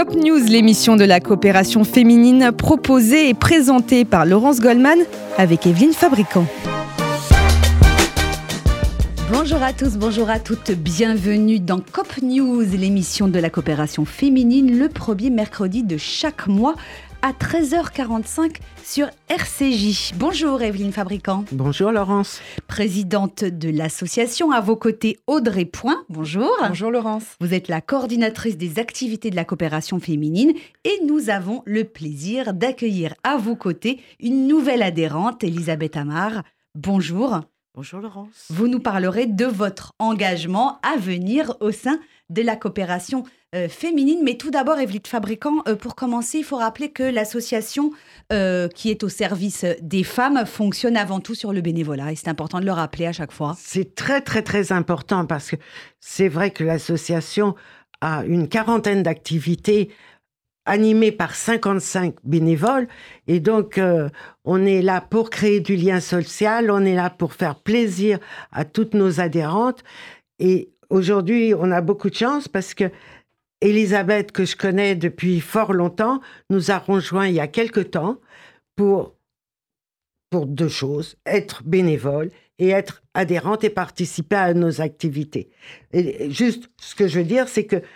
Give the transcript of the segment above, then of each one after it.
Cop News, l'émission de la coopération féminine proposée et présentée par Laurence Goldman avec Evelyne Fabricant. Bonjour à tous, bonjour à toutes, bienvenue dans Cop News, l'émission de la coopération féminine, le premier mercredi de chaque mois à 13h45 sur RCJ. Bonjour Evelyne Fabricant. Bonjour Laurence. Présidente de l'association, à vos côtés Audrey Point. Bonjour. Bonjour Laurence. Vous êtes la coordinatrice des activités de la coopération féminine et nous avons le plaisir d'accueillir à vos côtés une nouvelle adhérente, Elisabeth Amar. Bonjour. Bonjour Laurence. Vous nous parlerez de votre engagement à venir au sein de la coopération féminine. Mais tout d'abord, Evelyne Fabricant, pour commencer, il faut rappeler que l'association qui est au service des femmes fonctionne avant tout sur le bénévolat. Et c'est important de le rappeler à chaque fois. C'est très important parce que c'est vrai que l'association a une quarantaine d'activités animé par 55 bénévoles. Et donc, on est là pour créer du lien social, on est là pour faire plaisir à toutes nos adhérentes. Et aujourd'hui, on a beaucoup de chance parce que Elisabeth, que je connais depuis fort longtemps, nous a rejoints il y a quelque temps pour deux choses, être bénévole et être adhérente et participer à nos activités. Et juste, ce que je veux dire, c'est que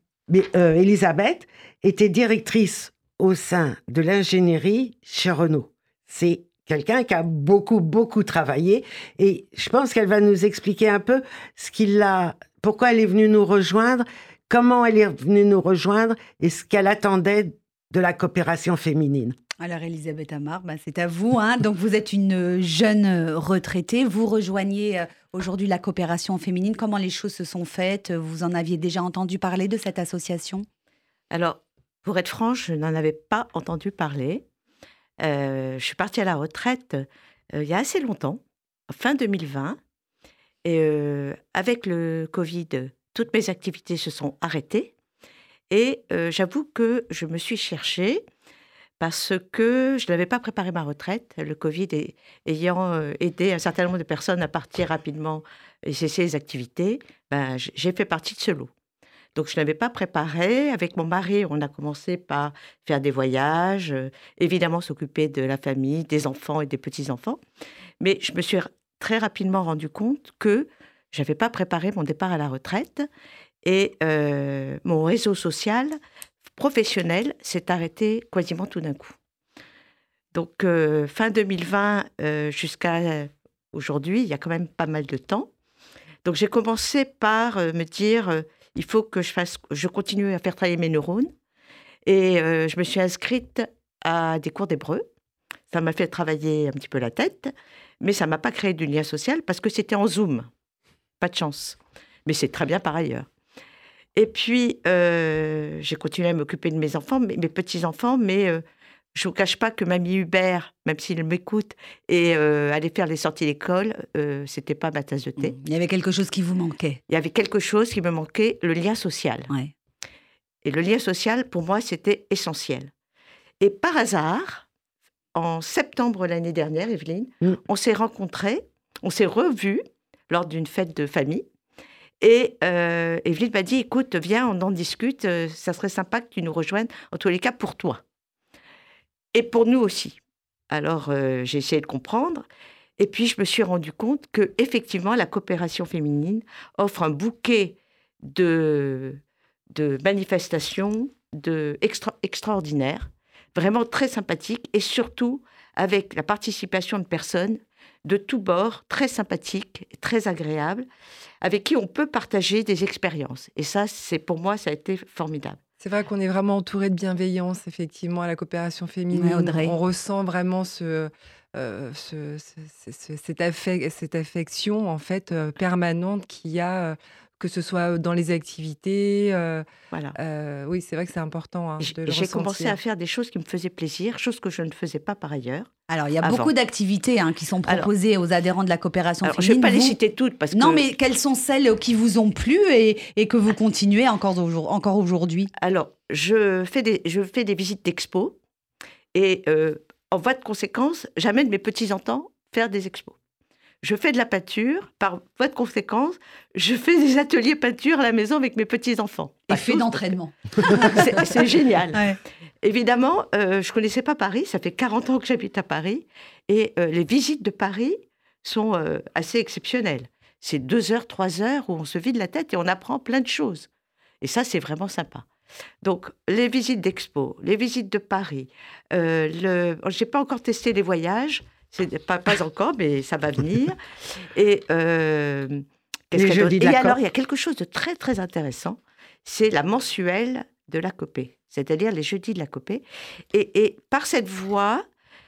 Elisabeth était directrice au sein de l'ingénierie chez Renault. C'est quelqu'un qui a beaucoup travaillé et je pense qu'elle va nous expliquer un peu pourquoi elle est venue nous rejoindre, comment elle est venue nous rejoindre et ce qu'elle attendait de la coopération féminine. Alors Elisabeth Amar, c'est à vous. Donc vous êtes une jeune retraitée, vous rejoignez aujourd'hui la coopération féminine. Comment les choses se sont faites? Vous en aviez déjà entendu parler de cette association? Alors, pour être franche, je n'en avais pas entendu parler. Je suis partie à la retraite il y a assez longtemps, fin 2020. Et avec le Covid, toutes mes activités se sont arrêtées. Et j'avoue que je me suis cherchée parce que je n'avais pas préparé ma retraite. Le Covid ayant aidé un certain nombre de personnes à partir rapidement et cesser les activités, j'ai fait partie de ce lot. Donc, je n'avais pas préparé. Avec mon mari, on a commencé par faire des voyages, évidemment s'occuper de la famille, des enfants et des petits-enfants. Mais je me suis très rapidement rendu compte que je n'avais pas préparé mon départ à la retraite. Et mon réseau social professionnel s'est arrêté quasiment tout d'un coup. Donc, fin 2020 jusqu'à aujourd'hui, il y a quand même pas mal de temps. Donc, j'ai commencé par me dire... il faut que je continue à faire travailler mes neurones. Et je me suis inscrite à des cours d'hébreu. Ça m'a fait travailler un petit peu la tête, mais ça ne m'a pas créé du lien social parce que c'était en Zoom. Pas de chance. Mais c'est très bien par ailleurs. Et puis, j'ai continué à m'occuper de mes enfants, mes petits-enfants, mais je ne vous cache pas que Mamie Hubert, même s'il m'écoute, et aller faire les sorties d'école, ce n'était pas ma tasse de thé. Il y avait quelque chose qui vous manquait. Il y avait quelque chose qui me manquait, le lien social. Ouais. Et le lien social, pour moi, c'était essentiel. Et par hasard, en septembre l'année dernière, Evelyne, on s'est rencontrés, on s'est revus lors d'une fête de famille. Et Evelyne m'a dit, écoute, viens, on en discute, ça serait sympa que tu nous rejoignes, en tous les cas pour toi. Et pour nous aussi. Alors, j'ai essayé de comprendre. Et puis, je me suis rendu compte qu'effectivement, la coopération féminine offre un bouquet de manifestations extraordinaires, vraiment très sympathiques, et surtout avec la participation de personnes de tous bords, très sympathiques, très agréables, avec qui on peut partager des expériences. Et ça, pour moi, ça a été formidable. C'est vrai qu'on est vraiment entouré de bienveillance, effectivement, à la coopération féminine. Ouais, on ressent vraiment cette affection, en fait, permanente qu'il y a, que ce soit dans les activités. Voilà. Oui, c'est vrai que c'est important de le ressentir. J'ai commencé à faire des choses qui me faisaient plaisir, choses que je ne faisais pas par ailleurs. Alors, il y a beaucoup d'activités qui sont proposées aux adhérents de la coopération féminine. Je ne vais pas les citer toutes parce que... Non, mais quelles sont celles qui vous ont plu et que vous continuez encore aujourd'hui? Alors, je fais des visites d'expos et en voie de conséquence, j'amène mes petits-enfants faire des expos. je fais de la peinture. Par voie de conséquence, je fais des ateliers peinture à la maison avec mes petits-enfants. Effet d'entraînement. C'est génial. Ouais. Évidemment, je ne connaissais pas Paris. Ça fait 40 ans que j'habite à Paris. Et les visites de Paris sont assez exceptionnelles. C'est 2 heures, 3 heures où on se vide la tête et on apprend plein de choses. Et ça, c'est vraiment sympa. Donc, les visites d'expo, les visites de Paris. Je n'ai pas encore testé les voyages. Pas encore, mais ça va venir. Et, Les jeudis de la COP. alors, il y a quelque chose de très, très intéressant. C'est la mensuelle de la COPE, c'est-à-dire les jeudis de la COPE. Et par cette voie,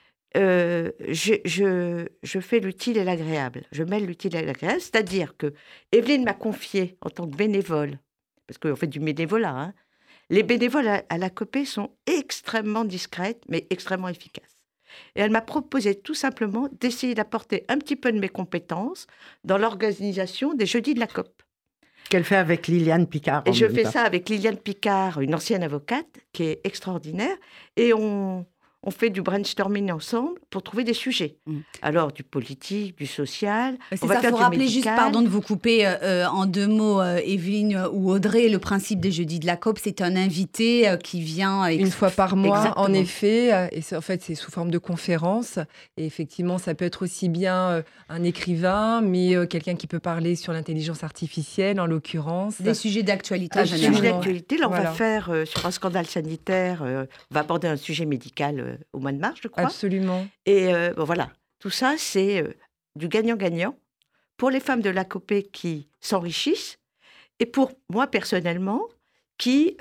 je fais l'utile et l'agréable. Je mêle l'utile et l'agréable, c'est-à-dire que Evelyne m'a confié en tant que bénévole, parce qu'on fait du bénévolat, hein, les bénévoles à la COPE sont extrêmement discrètes, mais extrêmement efficaces. Et elle m'a proposé tout simplement d'essayer d'apporter un petit peu de mes compétences dans l'organisation des jeudis de la COP. Qu'elle fait avec Liliane Picard. Et je fais ça avec Liliane Picard, une ancienne avocate qui est extraordinaire. Et on fait du brainstorming ensemble pour trouver des sujets. Alors, du politique, du social. C'est on va ça, il faire faut du rappeler médical. juste, pardon de vous couper en 2 mots, Evelyne ou Audrey, le principe des jeudis de la COP, c'est un invité qui vient... Une fois par mois, Exactement. en effet. Et en fait, c'est sous forme de conférence. Et effectivement, ça peut être aussi bien un écrivain, mais quelqu'un qui peut parler sur l'intelligence artificielle, en l'occurrence. Des sujets d'actualité en Absolument. général. Sujet d'actualité, là, on Voilà. va faire sur un scandale sanitaire, on va aborder un sujet médical au mois de mars, je crois. Absolument. Et bon, voilà, tout ça, c'est du gagnant-gagnant pour les femmes de la COPE qui s'enrichissent et pour moi, personnellement, qui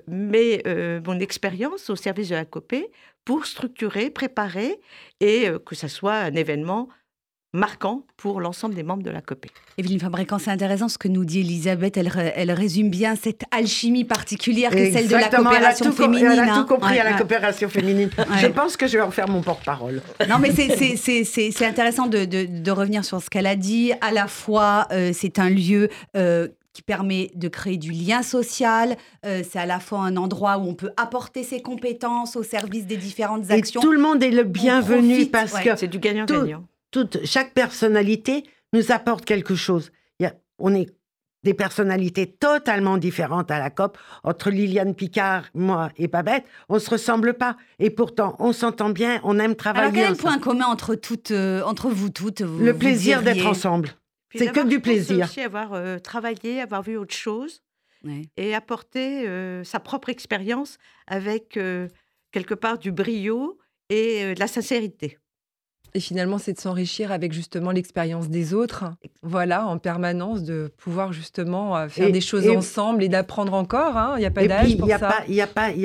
met mon expérience au service de la COPE pour structurer, préparer et que ça soit un événement marquant pour l'ensemble des membres de la COPE. Evelyne Fabricant, c'est intéressant ce que nous dit Elisabeth. Elle résume bien cette alchimie particulière que celle de la Exactement, coopération féminine. Elle a hein. tout compris Ouais, à la ouais. coopération féminine. Ouais. Je pense que je vais en faire mon porte-parole. Non, mais c'est intéressant de revenir sur ce qu'elle a dit. À la fois, c'est un lieu qui permet de créer du lien social. C'est à la fois un endroit où on peut apporter ses compétences au service des différentes Et actions. tout le monde est le bienvenu profite, parce ouais. que C'est du gagnant-gagnant. chaque personnalité nous apporte quelque chose. On est des personnalités totalement différentes à la COP. Entre Liliane Picard, moi et Babette, on ne se ressemble pas. Et pourtant, on s'entend bien, on aime travailler Alors, quel est le ensemble. point commun entre vous toutes Le vous plaisir diriez d'être ensemble. Puis C'est que d'avoir, du je pense, plaisir. aussi avoir travaillé, avoir vu autre chose Ouais. et apporter sa propre expérience avec quelque part du brio et de la sincérité. Et finalement, c'est de s'enrichir avec justement l'expérience des autres. Voilà, en permanence, de pouvoir justement faire Et- des choses et- ensemble et d'apprendre encore. Hein. Il n'y a pas Et d'âge puis, pour ça. il n'y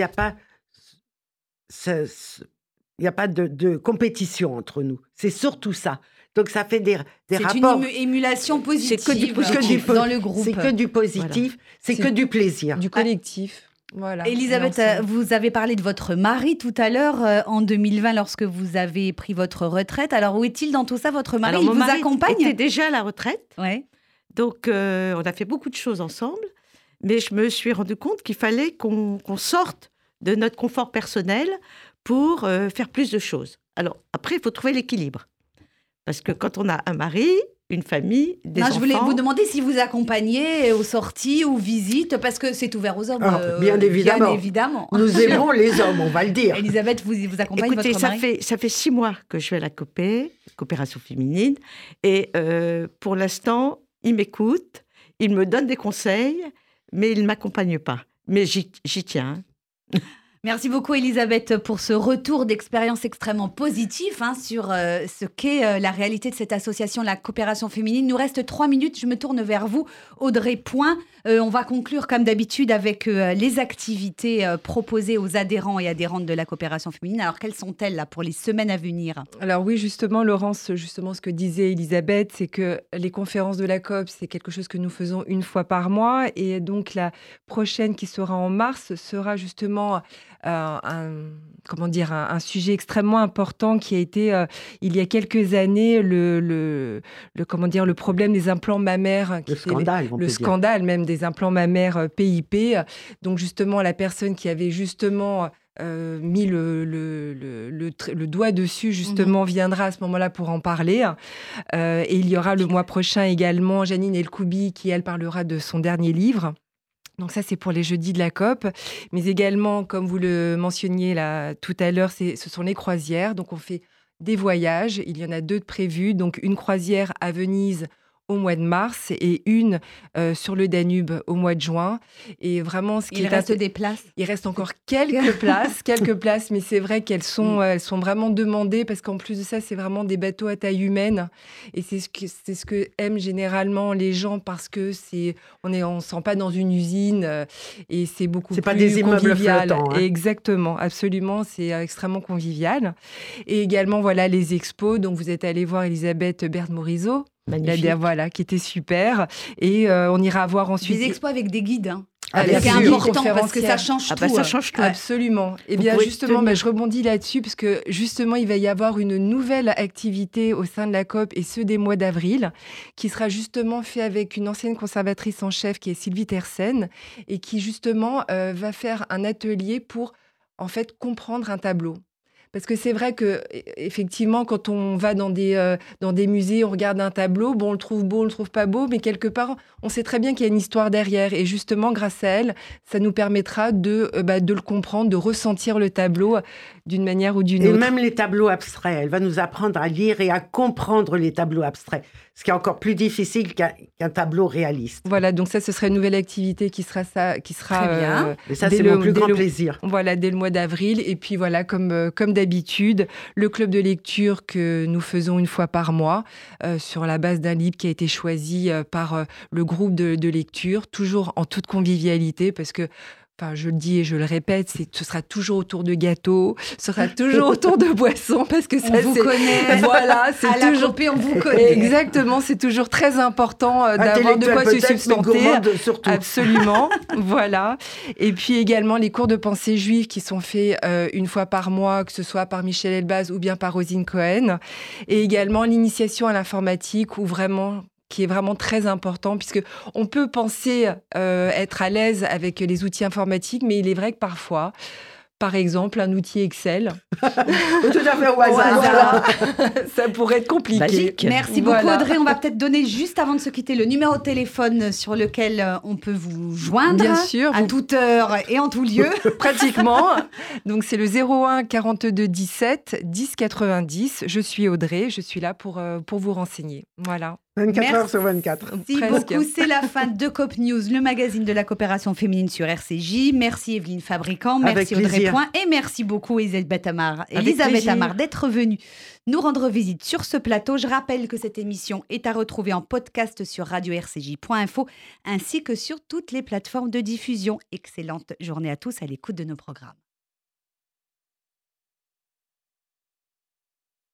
a pas de compétition entre nous. C'est surtout ça. Donc, ça fait des C'est rapports. une émulation positive C'est que du positif. dans le groupe. C'est que du positif, c'est que du plaisir. Du collectif. Voilà. Elisabeth, L'ensemble. vous avez parlé de votre mari tout à l'heure, en 2020, lorsque vous avez pris votre retraite. Alors, où est-il dans tout ça, votre mari? Alors, Il mon vous mari accompagne? était déjà à la retraite, Ouais. donc on a fait beaucoup de choses ensemble, mais je me suis rendu compte qu'il fallait qu'on sorte de notre confort personnel pour faire plus de choses. Alors, après, il faut trouver l'équilibre. Parce que quand on a un mari, une famille, des Non, enfants... je voulais vous demander si vous accompagnez aux sorties, aux visites, parce que c'est ouvert aux hommes. Ah, bien évidemment. Bien évidemment. Nous aimons les hommes, on va le dire. Elisabeth, vous accompagnez Écoutez, votre mari? ça fait 6 mois que je fais la coopération féminine. Et pour l'instant, il m'écoute, il me donne des conseils, mais il ne m'accompagne pas. Mais j'y tiens. Merci beaucoup Elisabeth pour ce retour d'expérience extrêmement positif sur ce qu'est la réalité de cette association, la coopération féminine. Il nous reste 3 minutes, je me tourne vers vous, Audrey Point. On va conclure comme d'habitude avec les activités proposées aux adhérents et adhérentes de la coopération féminine. Alors quelles sont-elles là pour les semaines à venir? Alors oui, justement, Laurence, justement, ce que disait Elisabeth, c'est que les conférences de la COP, c'est quelque chose que nous faisons une fois par mois. Et donc, la prochaine qui sera en mars sera justement un sujet extrêmement important qui a été, il y a quelques années, le problème des implants mammaires. Le scandale, on peut Le dire. scandale même des implants mammaires PIP. Donc, justement, la personne qui avait justement mis le doigt dessus, justement, viendra à ce moment-là pour en parler. Et il y aura le mois prochain également Janine Elkoubi qui, elle, parlera de son dernier livre. Donc ça, c'est pour les jeudis de la COP. Mais également, comme vous le mentionniez là, tout à l'heure, ce sont les croisières. Donc on fait des voyages. Il y en a 2 de prévus. Donc une croisière à Venise au mois de mars et une sur le Danube au mois de juin. Et vraiment, il reste des places. Il reste encore quelques places, mais c'est vrai qu'elles sont, elles sont vraiment demandées parce qu'en plus de ça, c'est vraiment des bateaux à taille humaine. Et c'est ce que aiment généralement les gens parce que on sent pas dans une usine et c'est beaucoup plus pas des immeubles convivial. flottants. Hein. Exactement, absolument, c'est extrêmement convivial. Et également, voilà, les expos. Donc, vous êtes allé voir Elisabeth Berthe-Morisot. Magnifique. Voilà, qui était super. Et on ira voir ensuite... Des expos avec des guides, hein. C'est important parce que ça change tout. Ça change tout. Absolument. Et bien justement, je rebondis là-dessus parce que justement, il va y avoir une nouvelle activité au sein de la COP et ce des mois d'avril qui sera justement fait avec une ancienne conservatrice en chef qui est Sylvie Tersen et qui justement va faire un atelier pour en fait comprendre un tableau. Parce que c'est vrai que effectivement, quand on va dans des musées, on regarde un tableau, bon, on le trouve beau, on le trouve pas beau, mais quelque part, on sait très bien qu'il y a une histoire derrière. Et justement, grâce à elle, ça nous permettra de le comprendre, de ressentir le tableau d'une manière ou d'une autre. Et même les tableaux abstraits, elle va nous apprendre à lire et à comprendre les tableaux abstraits, ce qui est encore plus difficile qu'un tableau réaliste. Voilà, donc ça, ce sera une nouvelle activité qui sera très bien. Et ça, c'est mon plus grand plaisir. Voilà, dès le mois d'avril. Et puis voilà, comme d'habitude, le club de lecture que nous faisons une fois par mois sur la base d'un livre qui a été choisi par le groupe de lecture, toujours en toute convivialité, parce que enfin, je le dis et je le répète, ce sera toujours autour de gâteaux, ce sera toujours autour de boissons, parce que ça, on vous connaît. Voilà, c'est à toujours... la copée, on vous connaît. Exactement, c'est toujours très important d'avoir de quoi se substanter. Surtout. Absolument, voilà. Et puis également les cours de pensée juive qui sont faits une fois par mois, que ce soit par Michel Elbaz ou bien par Rosine Cohen. Et également l'initiation à l'informatique qui est vraiment très important, puisque on peut penser être à l'aise avec les outils informatiques, mais il est vrai que parfois, par exemple, un outil Excel, tout à fait au hasard. Ça pourrait être compliqué. Basique. Merci beaucoup Audrey. On va peut-être donner juste avant de se quitter le numéro de téléphone sur lequel on peut vous joindre. Bien sûr. À toute heure et en tout lieu. Pratiquement. Donc c'est le 01 42 17 10 90. Je suis Audrey, je suis là pour vous renseigner. Voilà. 24 heures sur 24. Merci beaucoup. C'est la fin de COP News, le magazine de la coopération féminine sur RCJ. Merci Evelyne Fabricant, merci Audrey Point et merci beaucoup Elisabeth Amar d'être venue nous rendre visite sur ce plateau. Je rappelle que cette émission est à retrouver en podcast sur radio-rcj.info ainsi que sur toutes les plateformes de diffusion. Excellente journée à tous à l'écoute de nos programmes.